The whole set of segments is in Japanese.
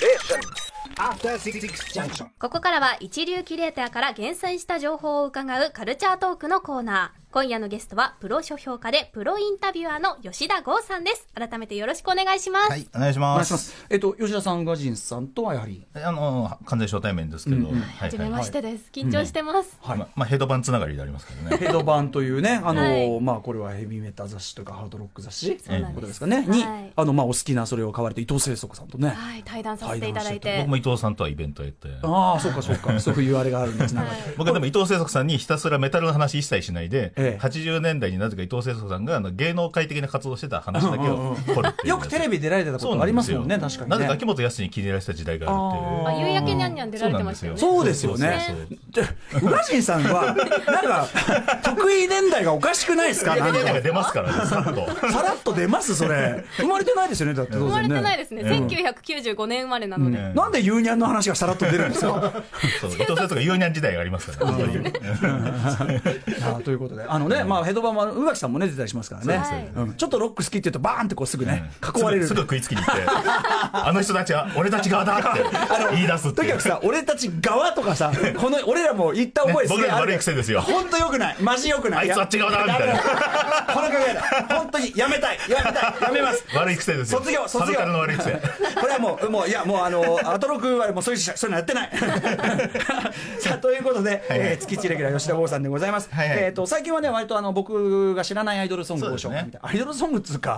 ここからは一流キュレーターから厳選した情報を伺うカルチャートークのコーナー。今夜のゲストはプロ書評家でプロインタビュアーの吉田剛さんです。改めてよろしくお願いします。 はい、お願いします。 吉田さん、ガジンさんとはやはり完全初対面ですけど、 初めましてです。緊張してます。 ヘドバンつながりでありますからね。 ヘドバンというね、これはヘビーメタ雑誌というかハードロック雑誌ということですかね、にお好きなそれを買われて伊藤聖子さんとね、 対談させていただいて、 僕も伊藤さんとはイベントやって、 そうかそういうあれがあるんですね。 僕はでも伊藤聖子さんにひたすらメタルの話一切しないで、80年代になぜか伊藤聖子さんが芸能界的な活動してた話だけを掘るっていう。 よくテレビ出られてたことありますもんね。確かにね。 なぜか秋元康に気に入られてた時代があるっていう。 夕焼けにゃんにゃん出られてましたよね。 そうですよね。宇賀神さんはなんか得意年代がおかしくないですか。 年代が出ますからね。さらっと出ます。それ生まれてないですよね。だって当然ね。 生まれてないですね。1995年生まれなので。 なんでユーニャンの話がさらっと出るんですか。 伊藤聖子がユーニャン時代がありますからね。 ということでヘドバンは宇垣さんもね出たりしますからね。ちょっとロック好きって言うとバーンってこうすぐね囲われる。 すぐ食いつきに行ってあの人たちは俺たち側だって言い出すっていう。 とにかくさ、俺たち側とかさ、この俺らも言った覚えすげえある。 僕らの悪い癖ですよ。 本当良くない。マジ良くない。 あいつあっち側だみたいな。 この考えだ。本当にやめたい。やめます。 悪い癖ですよ。 卒業。 サブカルの悪い癖。 これはもうアトロクはもうそういうのやってない。さあということで、月1レギュラー吉田剛さんでございます。最近はね割と僕が知らないアイドルソングを紹介みたいな。アイドルソングっつうか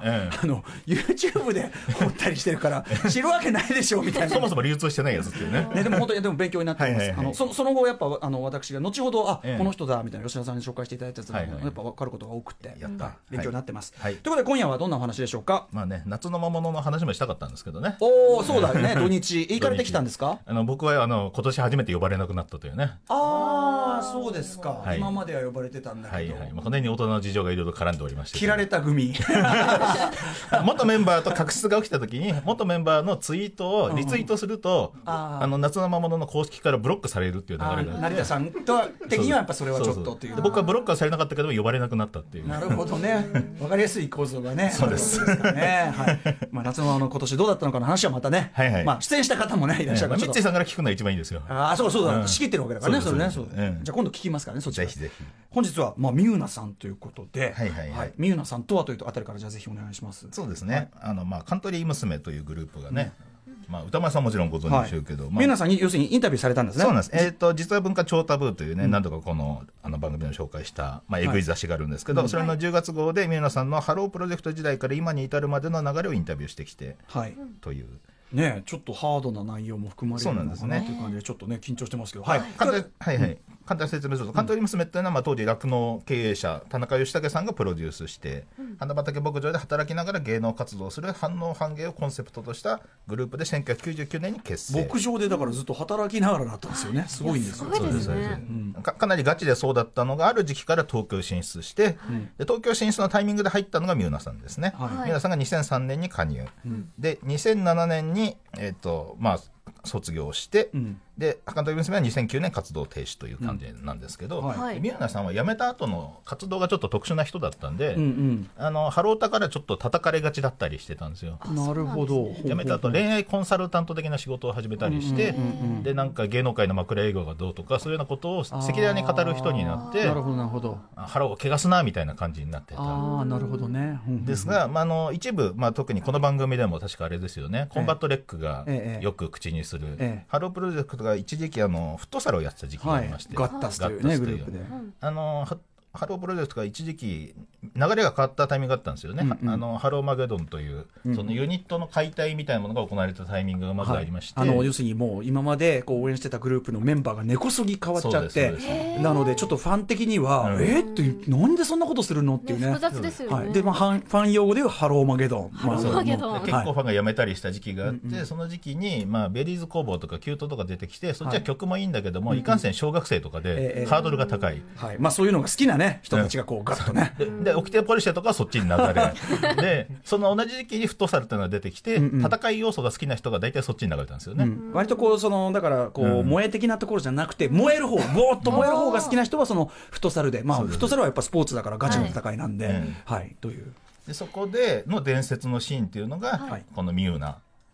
YouTube で掘ったりしてるから知るわけないでしょみたいな。 そもそも流通してないやつっていうね。 でも本当にでも勉強になってます。その後やっぱ私が後ほどこの人だみたいな吉田さんに紹介していただいたやつがやっぱ分かることが多くて勉強になってます。ということで今夜はどんなお話でしょうか。 夏の魔物の話もしたかったんですけどね。 そうだね。土日行かれてきたんですか。 僕は今年初めて呼ばれなくなったというね。 そうですか。今までは呼ばれてたんだけど、 この辺に大人の事情がいろいろ絡んでおりまして、 切られた組元メンバーと確執が起きた時に元メンバーのツイートをリツイートすると夏の魔物の公式からブロックされるっていう流れが成田さんと的にはやっぱそれはちょっとっていう。 僕はブロックはされなかったけど呼ばれなくなったっていう。 なるほどね。分かりやすい構造がね。 そうです。 夏の今年どうだったのかの話はまたね、出演した方もねいらっしゃるから、 ミッチーさんから聞くのが一番いいですよ。 そうだ、仕切ってるわけだからね。それね。じゃあ今度聞きますからね。そっちぜひぜひ。 本日はミューナさんということで、ミューナさんとはというあたりからじゃあぜひお願いします。 そうですね。カントリー娘というグループがね、歌丸さんもちろんご存知でしょうけど、 ミューナさんに要するにインタビューされたんですね。 そうなんです。実は文化超タブーというね、何度かこの番組を紹介したエグい雑誌があるんですけど、それの10月号でミューナさんのハロープロジェクト時代から今に至るまでの流れをインタビューしてきてという。 ね、ちょっとハードな内容も含まれるのかなという感じでちょっとね緊張してますけど、簡単に説明すると、カントリー娘っていうのは当時酪農経営者田中義武さんがプロデュースして、花畑牧場で働きながら芸能活動をする反農反芸をコンセプトとしたグループで1999年に結成。 牧場でだからずっと働きながらだったんですよね。すごいんですよ。 そうですね。 かなりガチでそうだったのがある時期から東京進出して、で東京進出のタイミングで入ったのがミューナさんですね。ミューナさんが2003年に加入、で2007年に卒業して、でカントリー娘は2009年活動停止という感じなんですけど、ミューナさんは辞めた後の活動がちょっと特殊な人だったんで、ハロータからちょっと叩かれがちだったりしてたんですよ。 なるほど。 辞めた後恋愛コンサルタント的な仕事を始めたりして、でなんか芸能界の枕営業がどうとかそういうようなことを赤裸々に語る人になって、 なるほどなるほど。 ハローを汚すなみたいな感じになってた。 なるほどね。 ですが、一部、特にこの番組でも確かあれですよね、コンバットレックがよく口にする、ハロープロジェクトが一時期フットサルをやってた時期がありまして、 ガッタスというねグループで、 ハロープロジェクトが一時期流れが変わったタイミングがあったんですよね。ハローマゲドンという、そのユニットの解体みたいなものが行われたタイミングがまずありまして、 要するにもう今まで応援してたグループのメンバーが根こそぎ変わっちゃって、なのでちょっとファン的にはってなんでそんなことするのっていうね、 複雑ですよね。 でファン用語でいうハローマゲドン、 結構ファンが辞めたりした時期があって、その時期にベリーズ工房とかキュートとか出てきて、そっちは曲もいいんだけども、いかんせん小学生とかでハードルが高い、 そういうのが好きなね人たちがガッとね、 でオキテポルシェとかはそっちに流れで、その同じ時期にフットサルっていうのが出てきて、戦い要素が好きな人が大体そっちに流れたんですよね。 割とだから萌え的なところじゃなくて、燃える方、ボーっと燃える方が好きな人はそのフットサルで、フットサルはやっぱスポーツだからガチの戦いなんで、というでそこでの伝説のシーンっていうのが、このミューナ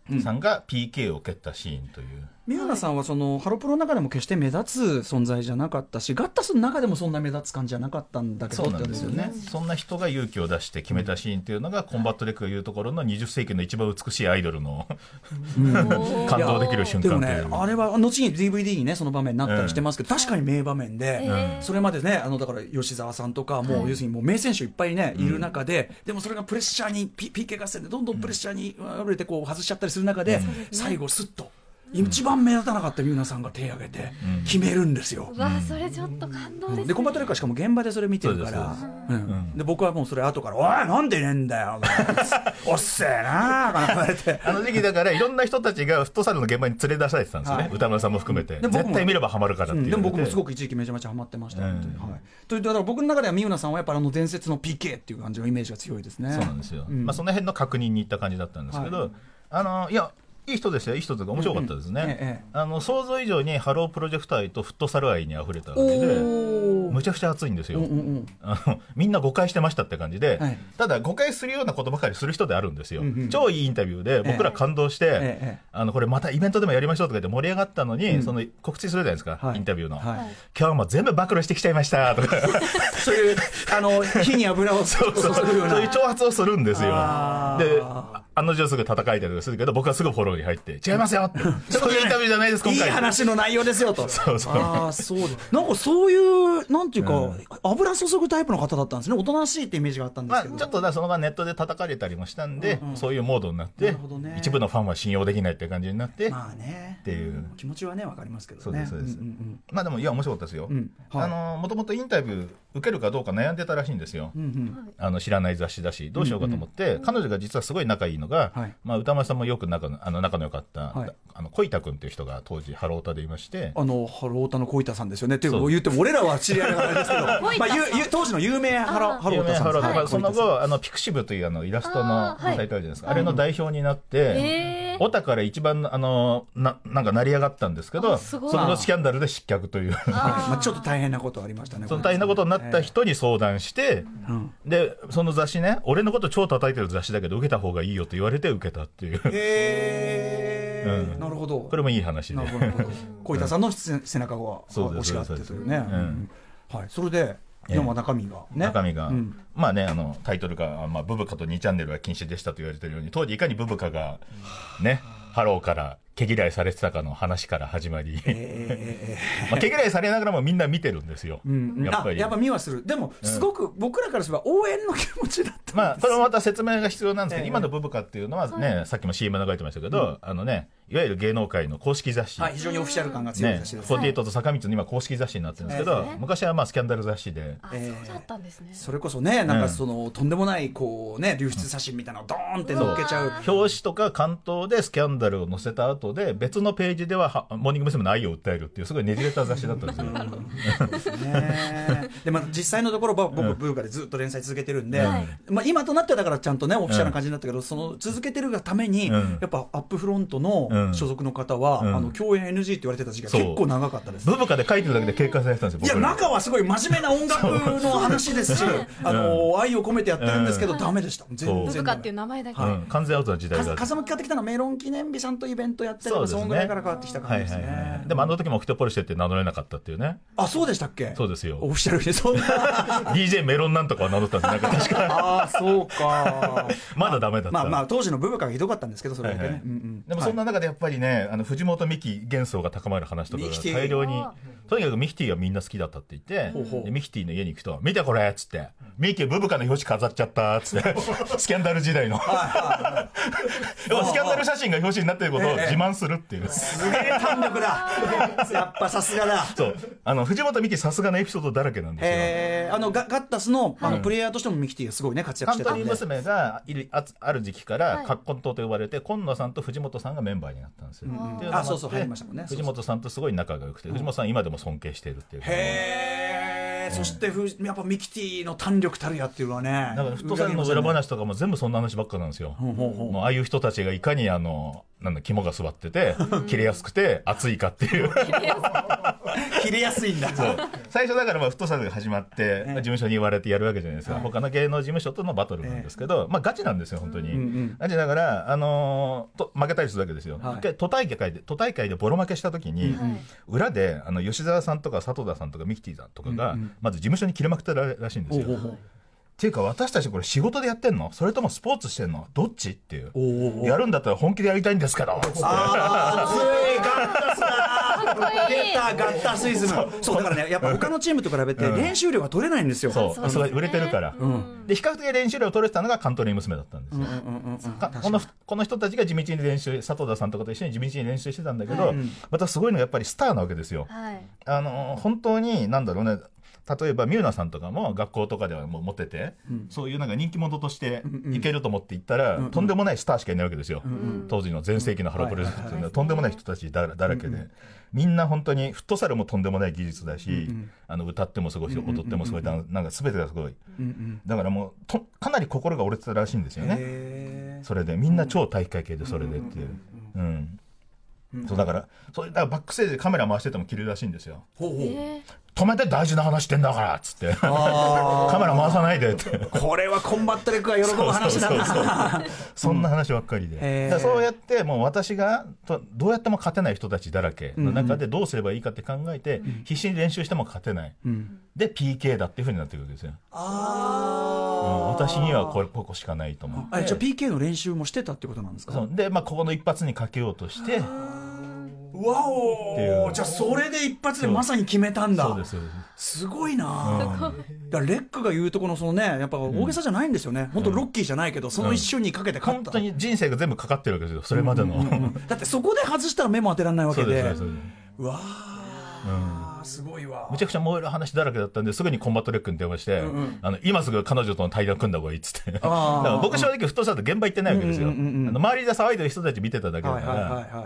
さんが PK を蹴ったシーンという。 三浦さんはそのハロプロの中でも決して目立つ存在じゃなかったし、ガッタスの中でもそんな目立つ感じじゃなかったんだけど。 そうなんですよね。そんな人が勇気を出して決めたシーンっていうのが、コンバットレックが言うところの20世紀の一番美しいアイドルの感動できる瞬間という。 でもね、あれは後に DVD にねその場面になったりしてますけど、確かに名場面で、それまでねだから吉沢さんとかもう要するにもう名選手いっぱいねいる中で、でもそれがプレッシャーに PK 合戦でどんどんプレッシャーにあふれてこう外しちゃったりする中で、最後スッと一番目立たなかった三浦さんが手を挙げて決めるんですよ。 わあ、それちょっと感動ですね。 でコンバットレックはしかも現場でそれ見てるから、で僕はもうそれ後から「おいなんでねえんだよおっせえな」とか言われて、 あの時期だからいろんな人たちがフットサルの現場に連れ出されてたんですよね、歌村さんも含めて。絶対見ればハマるからっていう。 でも僕もすごく一時期めちゃめちゃハマってました。というだから僕の中では三浦さんはやっぱ伝説の PK っていう感じのイメージが強いですね。 そうなんですよ。その辺の確認に行った感じだったんですけど、いやいい人ですよ。いい人というか面白かったですね。想像以上にハロープロジェクト愛とフットサル愛にあふれたわけで、むちゃくちゃ熱いんですよ。みんな誤解してましたって感じで、ただ誤解するようなことばかりする人であるんですよ。超いいインタビューで僕ら感動して、これまたイベントでもやりましょうとか言って盛り上がったのに、その告知するじゃないですか、インタビューの。今日も全部暴露してきちゃいましたとか。 そういう火に油を注ぐようなそういう挑発をするんですよ。で案の定すぐ叩かれたりとかするけど、僕はすぐフォローに入って違いますよってそういうインタビューじゃないです今回。 いい話の内容ですよと。 そうそう。 ああそうで、なんかそういうなんていうか、油注ぐタイプの方だったんですね。おとなしいってイメージがあったんですけど、 ちょっとその後ネットで叩かれたりもしたんで、そういうモードになって、一部のファンは信用できないって感じになって、 まあねっていう気持ちはねわかりますけどね。 そうですそうです。まあでもいや面白かったですよ。もともとインタビュー受けるかどうか悩んでたらしいんですよ。知らない雑誌だしどうしようかと思って、彼女が実はすごい仲いいのが、歌丸さんもよく仲の良かった小板君っていう人が当時ハロータでいまして、 ハロータの小板さんですよね。っていう言っても俺らは知り合いなんですけど当時の有名ハロータさん、 その後ピクシブというイラストのサイトあるじゃないですか、あれの代表になって、オタから一番なんか成り上がったんですけど、そのスキャンダルで失脚というちょっと大変なことありましたね。 その大変なことになった人に相談して、でその雑誌ね、俺のこと超叩いてる雑誌だけど受けた方がいいよと言われて受けたっていう。 なるほど。 これもいい話で、 小板さんの背中を押しがあってというね。それで中身が、まあね、タイトルが、ブブカと2チャンネルは禁止でしたと言われているように、当時いかにブブカがね、ハローから毛嫌いされてたかの話から始まり、毛嫌いされながらもみんな見てるんですよ。 やっぱ見はする。でもすごく僕らからすれば応援の気持ちだった。 まあそれもまた説明が必要なんですけど、今のブブカっていうのはね、さっきも CM 流れてましたけど、いわゆる芸能界の公式雑誌、 非常にオフィシャル感が強い雑誌です。 48と坂道の今公式雑誌になってるんですけど、昔はスキャンダル雑誌で、 そうだったんですね。 それこそね、なんかとんでもないこうね流出写真みたいなのをドーンって乗っけちゃう。 表紙とか関東でスキャンダルを載せた後で別のページではモーニング娘。の愛を訴えるっていうすごいねじれた雑誌だったんですよ。 で実際のところ僕ブーカでずっと連載続けてるんで、今となってはだからちゃんとねオフィシャルな感じになったけど、その続けてるがためにやっぱアップフロントの所属の方は共演 NG って言われてた時期が結構長かったです。 ブブカで書いてるだけで警戒されてたんですよ。 いや中はすごい真面目な音楽の話ですし、愛を込めてやってるんですけどダメでした。 ブブカっていう名前だけ完全アウトな時代が風向き変わってきたのはメロン記念日さんとイベントやってるのがそんぐらいから変わってきた感じですね。 でもあの時もオキテポルシェって名乗れなかったっていうね。 あ、そうでしたっけ。 そうですよ。 オフィシャルにそんな DJ メロンなんとかは名乗ったんです。なんか確かあ、そうかまだダメだった。 まあ当時のブブカがひどかったんですけど、それだけね。 でもそんな中でやっぱりね、藤本美貴幻想が高まる話とかが大量に、とにかくミキティがみんな好きだったって言って、ミキティの家に行くと見てこれっつって、ミキブブカの表紙飾っちゃったっつってスキャンダル時代のスキャンダル写真が表紙になっていることを自慢するっていう。 すげえ胆力だ。やっぱさすがだ。 そう、藤本美貴さすがのエピソードだらけなんですよ。 ガッタスのプレイヤーとしてもミキティがすごいね活躍してたんで。 カントリー娘がある時期からカッコン党と呼ばれて、今野さんと藤本さんがメンバーになったんですよ。 あ、そうそう入りましたもんね。 藤本さんとすごい仲が良くて、藤本さん今でも尊敬しているっていう。 そしてやっぱミキティの胆力たるやっていうのはね、 だからフットサルの裏話とかも全部そんな話ばっかなんですよ。もうああいう人たちがいかになんなんだ肝が座ってて切れやすくて熱いかっていう切れやすいんだ。 そう最初だからまあフットサルが始まって、事務所に言われてやるわけじゃないですか、他の芸能事務所とのバトルなんですけど、まあガチなんですよ本当に、ガチだから負けたりするわけですよ、都大会でボロ負けした時に、裏で吉沢さんとか佐藤田さんとかミキティさんとかがまず事務所に切れまくったらしいんですよ、っていうか私たちこれ仕事でやってんのそれともスポーツしてんのどっちっていうやるんだったら本気でやりたいんですけどつって熱いガッタスだ出たガッタスイズム。そうだからねやっぱ他のチームと比べて練習量が取れないんですよ、 そうそれ売れてるから、で比較的練習量を取れてたのがカントリー娘だったんですよ、この人たちが地道に練習佐藤田さんとかと一緒に地道に練習してたんだけど、またすごいのがやっぱりスターなわけですよ、本当になんだろうね、例えばミューナさんとかも学校とかではもうモテて、そういうなんか人気者としていけると思って行ったら、とんでもないスターしかいないわけですよ、当時の全盛期のハロプロレスっていうのはとんでもない人たちだらけで、みんな本当にフットサルもとんでもない技術だし、歌ってもすごいし踊ってもすごい、なんか全てがすごい、だからもうかなり心が折れてたらしいんですよね、それでみんな超体育会系でそれでっていう、そうだからバックステージでカメラ回してても切れるらしいんですよ。止めて大事な話してんだからっつってカメラ回さないでってこれはコンバット力が喜ぶ話だなそんな話ばっかりで、だそうやってもう私がどうやっても勝てない人たちだらけの中でどうすればいいかって考えて、必死に練習しても勝てない、で PK だっていうふうになってくるわけですよ。私にはここしかないと思って、 じゃあ PK の練習もしてたってことなんですか。 そうで、ここの一発にかけようとしてわお、じゃあそれで一発でまさに決めたんだ。 そうですすごいな、だからレックが言うとこのそのねやっぱ大げさじゃないんですよね、本当ロッキーじゃないけどその一瞬にかけて勝った、 本当に人生が全部かかってるわけですよそれまでの、 だってそこで外したら目も当てられないわけで、うわー、 すごいわ。 むちゃくちゃ燃える話だらけだったんですぐにコンバットレックに電話して、今すぐ彼女との対談組んだ方がいいっつってだから僕正直フットサルって現場行ってないわけですよ、周りで騒いでる人たち見てただけだから、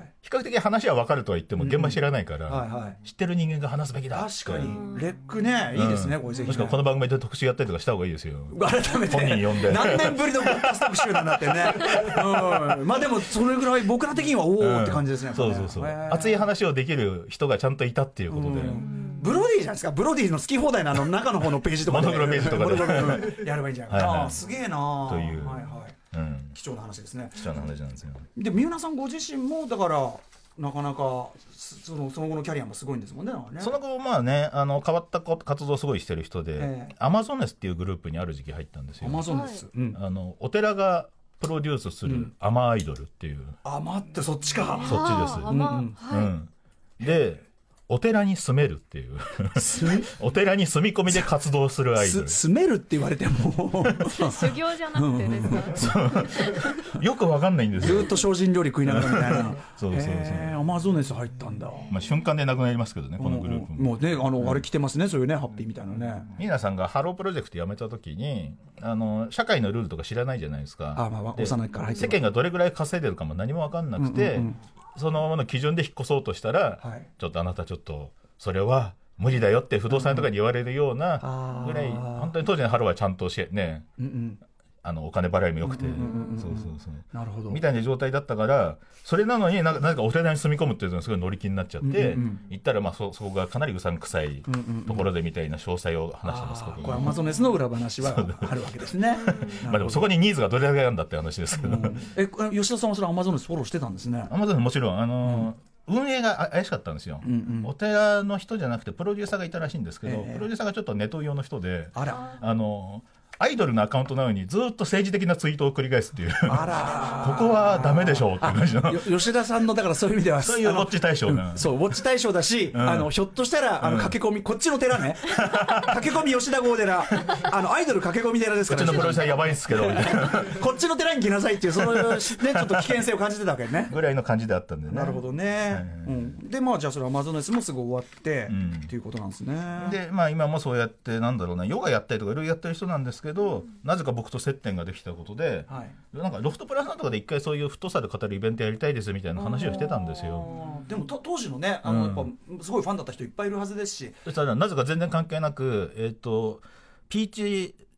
比較的話は分かるとは言っても現場知らないから、知ってる人間が話すべきだって。 確かにレックねいいですね、これぜひね。 もしくはこの番組で特集やったりとかした方がいいですよ改めて本人呼んで何年ぶりのゴッタス特集なんだってねまあでもそれぐらい僕ら的にはおおって感じですね、 そう熱い話をできる人がちゃんといたっていうことで、 ブロディじゃないですか。ブロディの好き放題の中の方のページとかでモノクロページとかでやればいいんじゃないかな。すげえなという、 貴重な話ですね。 貴重な話なんですよ。 で三浦さんご自身もだからなかなかその後のキャリアもすごいんですもんね。 その後まあね変わった活動をすごいしてる人で、アマゾネスっていうグループにある時期入ったんですよ。 アマゾネス、 お寺がプロデュースするアマアイドルっていう、 待ってそっちか。 そっちです、でお寺に住めるっていうお寺に住み込みで活動するアイドル。 住めるって言われても修行じゃなくてですかよくわかんないんですよ。 ずっと精進料理食いながらみたいなそうアマゾネス入ったんだ。 瞬間でなくなりますけどねこのグループもうねあれ来てますね、そういうねハッピーみたいなね。 皆さんがハロープロジェクト辞めた時に社会のルールとか知らないじゃないですか。 幼いから入って世間がどれぐらい稼いでるかも何も分かんなくて、そのままの基準で引っ越そうとしたら、ちょっとあなたちょっとそれは無理だよって不動産とかに言われるようなぐらい、本当に当時のハローはちゃんとね、お金払いもよくて、 なるほどみたいな状態だったから、それなのになぜかお寺に住み込むっていうのがすごい乗り気になっちゃって、行ったらそこがかなりうさんくさいところでみたいな詳細を話してますけど、 これアマゾネスの裏話はあるわけですねでもそこにニーズがどれだけあるんだって話ですけど、 吉田さんはそれアマゾネスフォローしてたんですね。 アマゾネスもちろん運営が怪しかったんですよ、お寺の人じゃなくてプロデューサーがいたらしいんですけど、プロデューサーがちょっとネトウヨの人で、アイドルのアカウントなのにずっと政治的なツイートを繰り返すっていうここはダメでしょうって感じの吉田さんのだからそういう意味ではそういうウォッチ対象な、 そうウォッチ対象だし、ひょっとしたら駆け込みこっちの寺ね駆け込み吉田郷寺アイドル駆け込み寺ですから、 こっちのプロデューサーやばいんですけどこっちの寺に来なさいっていうそのねちょっと危険性を感じてたわけねぐらいの感じであったんでね。 なるほどね、でじゃあそれアマゾネスもすぐ終わってっていうことなんですね。 で今もそうやってなんだろうなヨガやったりとかいろいろやってる人なんですけど、なぜか僕と接点ができたことで、なんかロフトプラスなんとかで一回そういうフットサル語るイベントやりたいですみたいな話をしてたんですよ。 でも当時のねやっぱすごいファンだった人いっぱいいるはずですし、 そしたらなぜか全然関係なくピーチ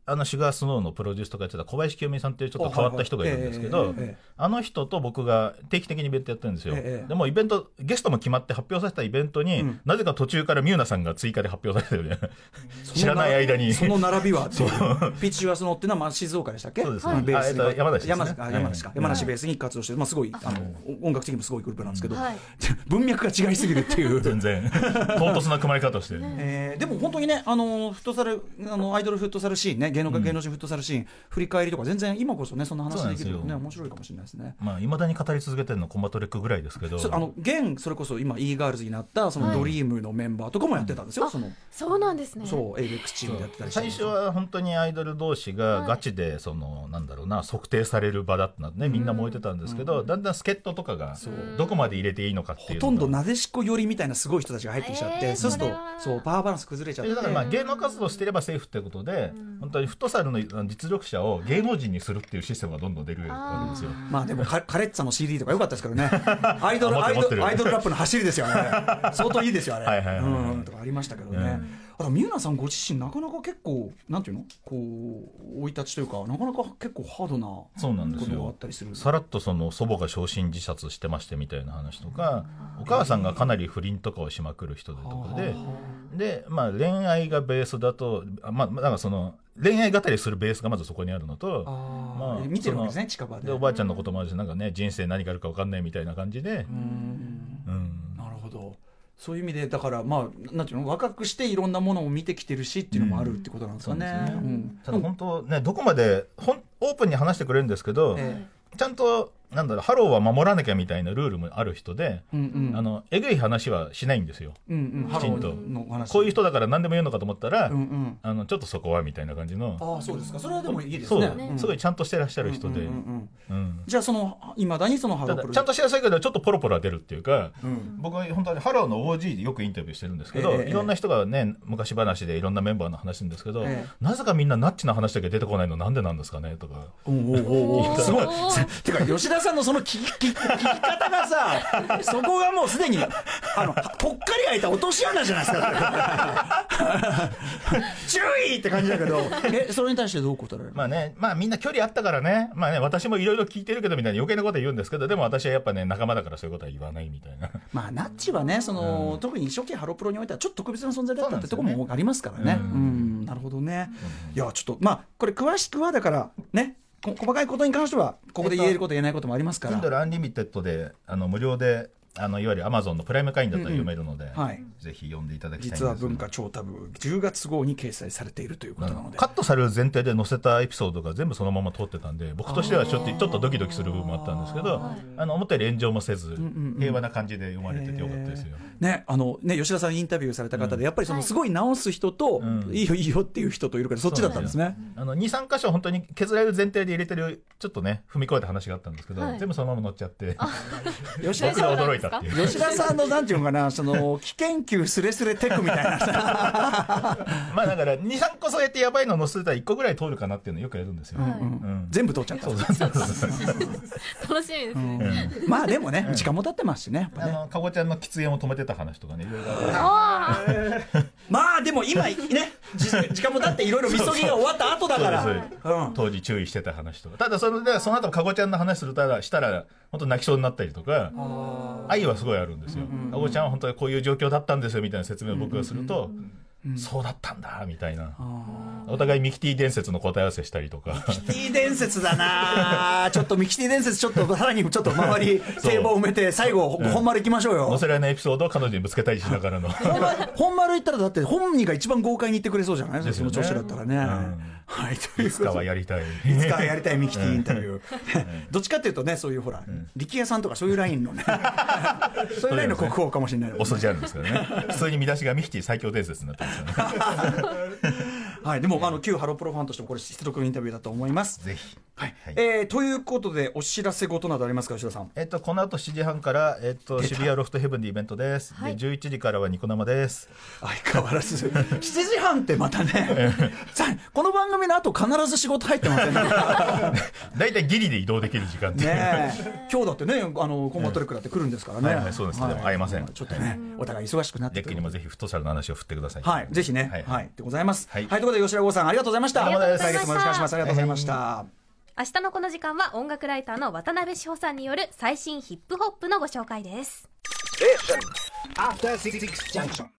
シュガースノーのプロデュースとかやってた小林清美さんっていうちょっと変わった人がいるんですけど、あの人と僕が定期的にイベントやってるんですよ。でもイベント、ゲストも決まって発表させたイベントに、なぜか途中からミューナさんが追加で発表されてるね。知らない間に。 その並びはピッチシュガースノーっていうのはまあ静岡でしたっけ？ そうですね。 山梨ベースに活動して、すごい音楽的にもすごいグループなんですけど、文脈が違いすぎるっていう。 全然唐突な組まれ方をして。 でも本当にね、フットサルアイドルフットサルシーンね、芸能人フットサルシーン振り返りとか全然今こそねそんな話できるのね、面白いかもしれないですね。 まあ未だに語り続けてるのコンバットレックぐらいですけど、 それこそ今 e ガールズになったそのドリームのメンバーとかもやってたんですよ。 そうなんですね。 そう ABEX チームでやってたりして、 最初は本当にアイドル同士がガチでなんだろうな、測定される場だったので、ね、みんな燃えてたんですけど、だんだん助っ人とかがどこまで入れていいのかっていう、 ほとんどなでしこ寄りみたいなすごい人たちが入ってきちゃって、そうするとパワーバランス崩れちゃって、 だからまあ芸能活動してればセーフってことで、本当にフットサルの実力者を芸能人にするっていうシステムがどんどん出るわけですよ。 まあでもカレッツァの CD とか良かったですけどね。アイドルラップの走りですよね。相当いいですよあれ。とかありましたけどね。ミューナさんご自身なかなか結構なんていうの、こう生い立ちというか、なかなか結構ハードなことがあったりする。 さらっと祖母が焼身自殺してましてみたいな話とか、お母さんがかなり不倫とかをしまくる人でとかで、まあ恋愛がベースだと、まあなんか恋愛語りするベースがまずそこにあるのと、 まあ、見てるわけですね、近場で。 おばあちゃんのこともあるし、なんかね、人生何があるか分かんないみたいな感じで。 なるほど。そういう意味でだからまあなんていうの、若くしていろんなものを見てきてるしっていうのもあるってことなんですかね。 ただ本当ね、どこまでオープンに話してくれるんですけど、ちゃんとなんだろう、ハローは守らなきゃみたいなルールもある人で、えぐい話はしないんですよ。きちんとこういう人だから何でも言うのかと思ったら、ちょっとそこはみたいな感じの。 ああそうですか。それはでもいいですね。 すごいちゃんとしてらっしゃる人で、 じゃあいまだにハロープロジェクトちゃんとしやすいけどちょっとポロポロ出るっていうか、僕は本当にハローの OG でよくインタビューしてるんですけど、いろんな人がね昔話でいろんなメンバーの話するんですけど、なぜかみんなナッチな話だけ出てこないのなんでなんですかねとか。 すごい。てか吉田さんのその聞き方がさ、そこがもうすでにぽっかり開いた落とし穴じゃないですか。注意って感じだけど、それに対してどう答えられる？ まあね、まあみんな距離あったからね、まあね、私もいろいろ聞いてるけどみたいな余計なこと言うんですけど、でも私はやっぱね仲間だからそういうことは言わないみたいな。 まあナッチはね、特に初期ハロプロにおいてはちょっと特別な存在だったってところもありますからね。なるほどね。いやちょっとまあこれ詳しくはだからね。細かいことに関してはここで言えること言えないこともありますから、 Kindle Unlimited で無料でいわゆる Amazon のプライム会員だったら読めるので、ぜひ読んでいただきたいんです。 実は文化超タブ10月号に掲載されているということなので、 カットされる前提で載せたエピソードが全部そのまま通ってたんで、僕としてはちょっとドキドキする部分もあったんですけど、思ったより炎上もせず平和な感じで読まれててよかったですよ。 ね、吉田さんインタビューされた方で、やっぱりすごい直す人と、いいよいいよっていう人といるから、そっちだったんですね。 2、3箇所本当に削られる前提で入れてるちょっとね踏み込んだ話があったんですけど、全部そのまま載っちゃって僕が驚いたっていう。 吉田さんのなんていうのかな、危険球スレスレテクみたいなまあだから2、3個そうやってやばいの載せたら1個ぐらい通るかなっていうのよくやるんですよ。 全部通っちゃった。楽しみですね。 まあでもね、時間も経ってますしね。 かごちゃんの喫煙を止めてた話とかね、いろいろまあでも今ね時間も経っていろいろみそぎが終わった後だから当時注意してた話とか。ただその後かごちゃんの話したら本当泣きそうになったりとか、愛はすごいあるんですよ。かごちゃんは本当にこういう状況だったんですよみたいな説明を僕がすると、そうだったんだみたいな、お互いミキティ伝説の答え合わせしたりとか。 ミキティ伝説だなちょっとミキティ伝説ちょっとさらにちょっと周り堤防埋めて最後本丸行きましょうよ。 載せられないエピソードを彼女にぶつけたりしながらの本丸行ったらだって本人が一番豪快に言ってくれそうじゃないですか、その調子だったらね。はい、 いつかはやりたいいつかはやりたいミキティインタビューどっちかっていうとね、そういうほら力也さんとかそういうラインのねそういうラインの国宝かもしれない。 お筋あるんですけどね。普通に見出しがミキティ最強伝説になってますよねはい、でも旧ハロプロファンとしてもこれ出力のインタビューだと思います。 ぜひ。 はいということでお知らせ事などありますか、吉田さん。 この後7時半から、渋谷ロフトヘブンでイベントです。で11時からはニコ生です。 相変わらず7時半ってまたねこの番組の後必ず仕事入ってませんねだいたいギリで移動できる時間ってね今日だってねコンバットレックだって来るんですからね。 そうです。でも会えません。 ちょっとねお互い忙しくなってデッキにもぜひフットサルの話を振ってください。 はい、ぜひね。はいでございます。はい、ということことで吉田剛さんありがとうございました。 ありがとうございました。 来月もよろしくお願いします。ありがとうございました。 明日のこの時間は音楽ライターの渡辺志保さんによる最新ヒップホップのご紹介です。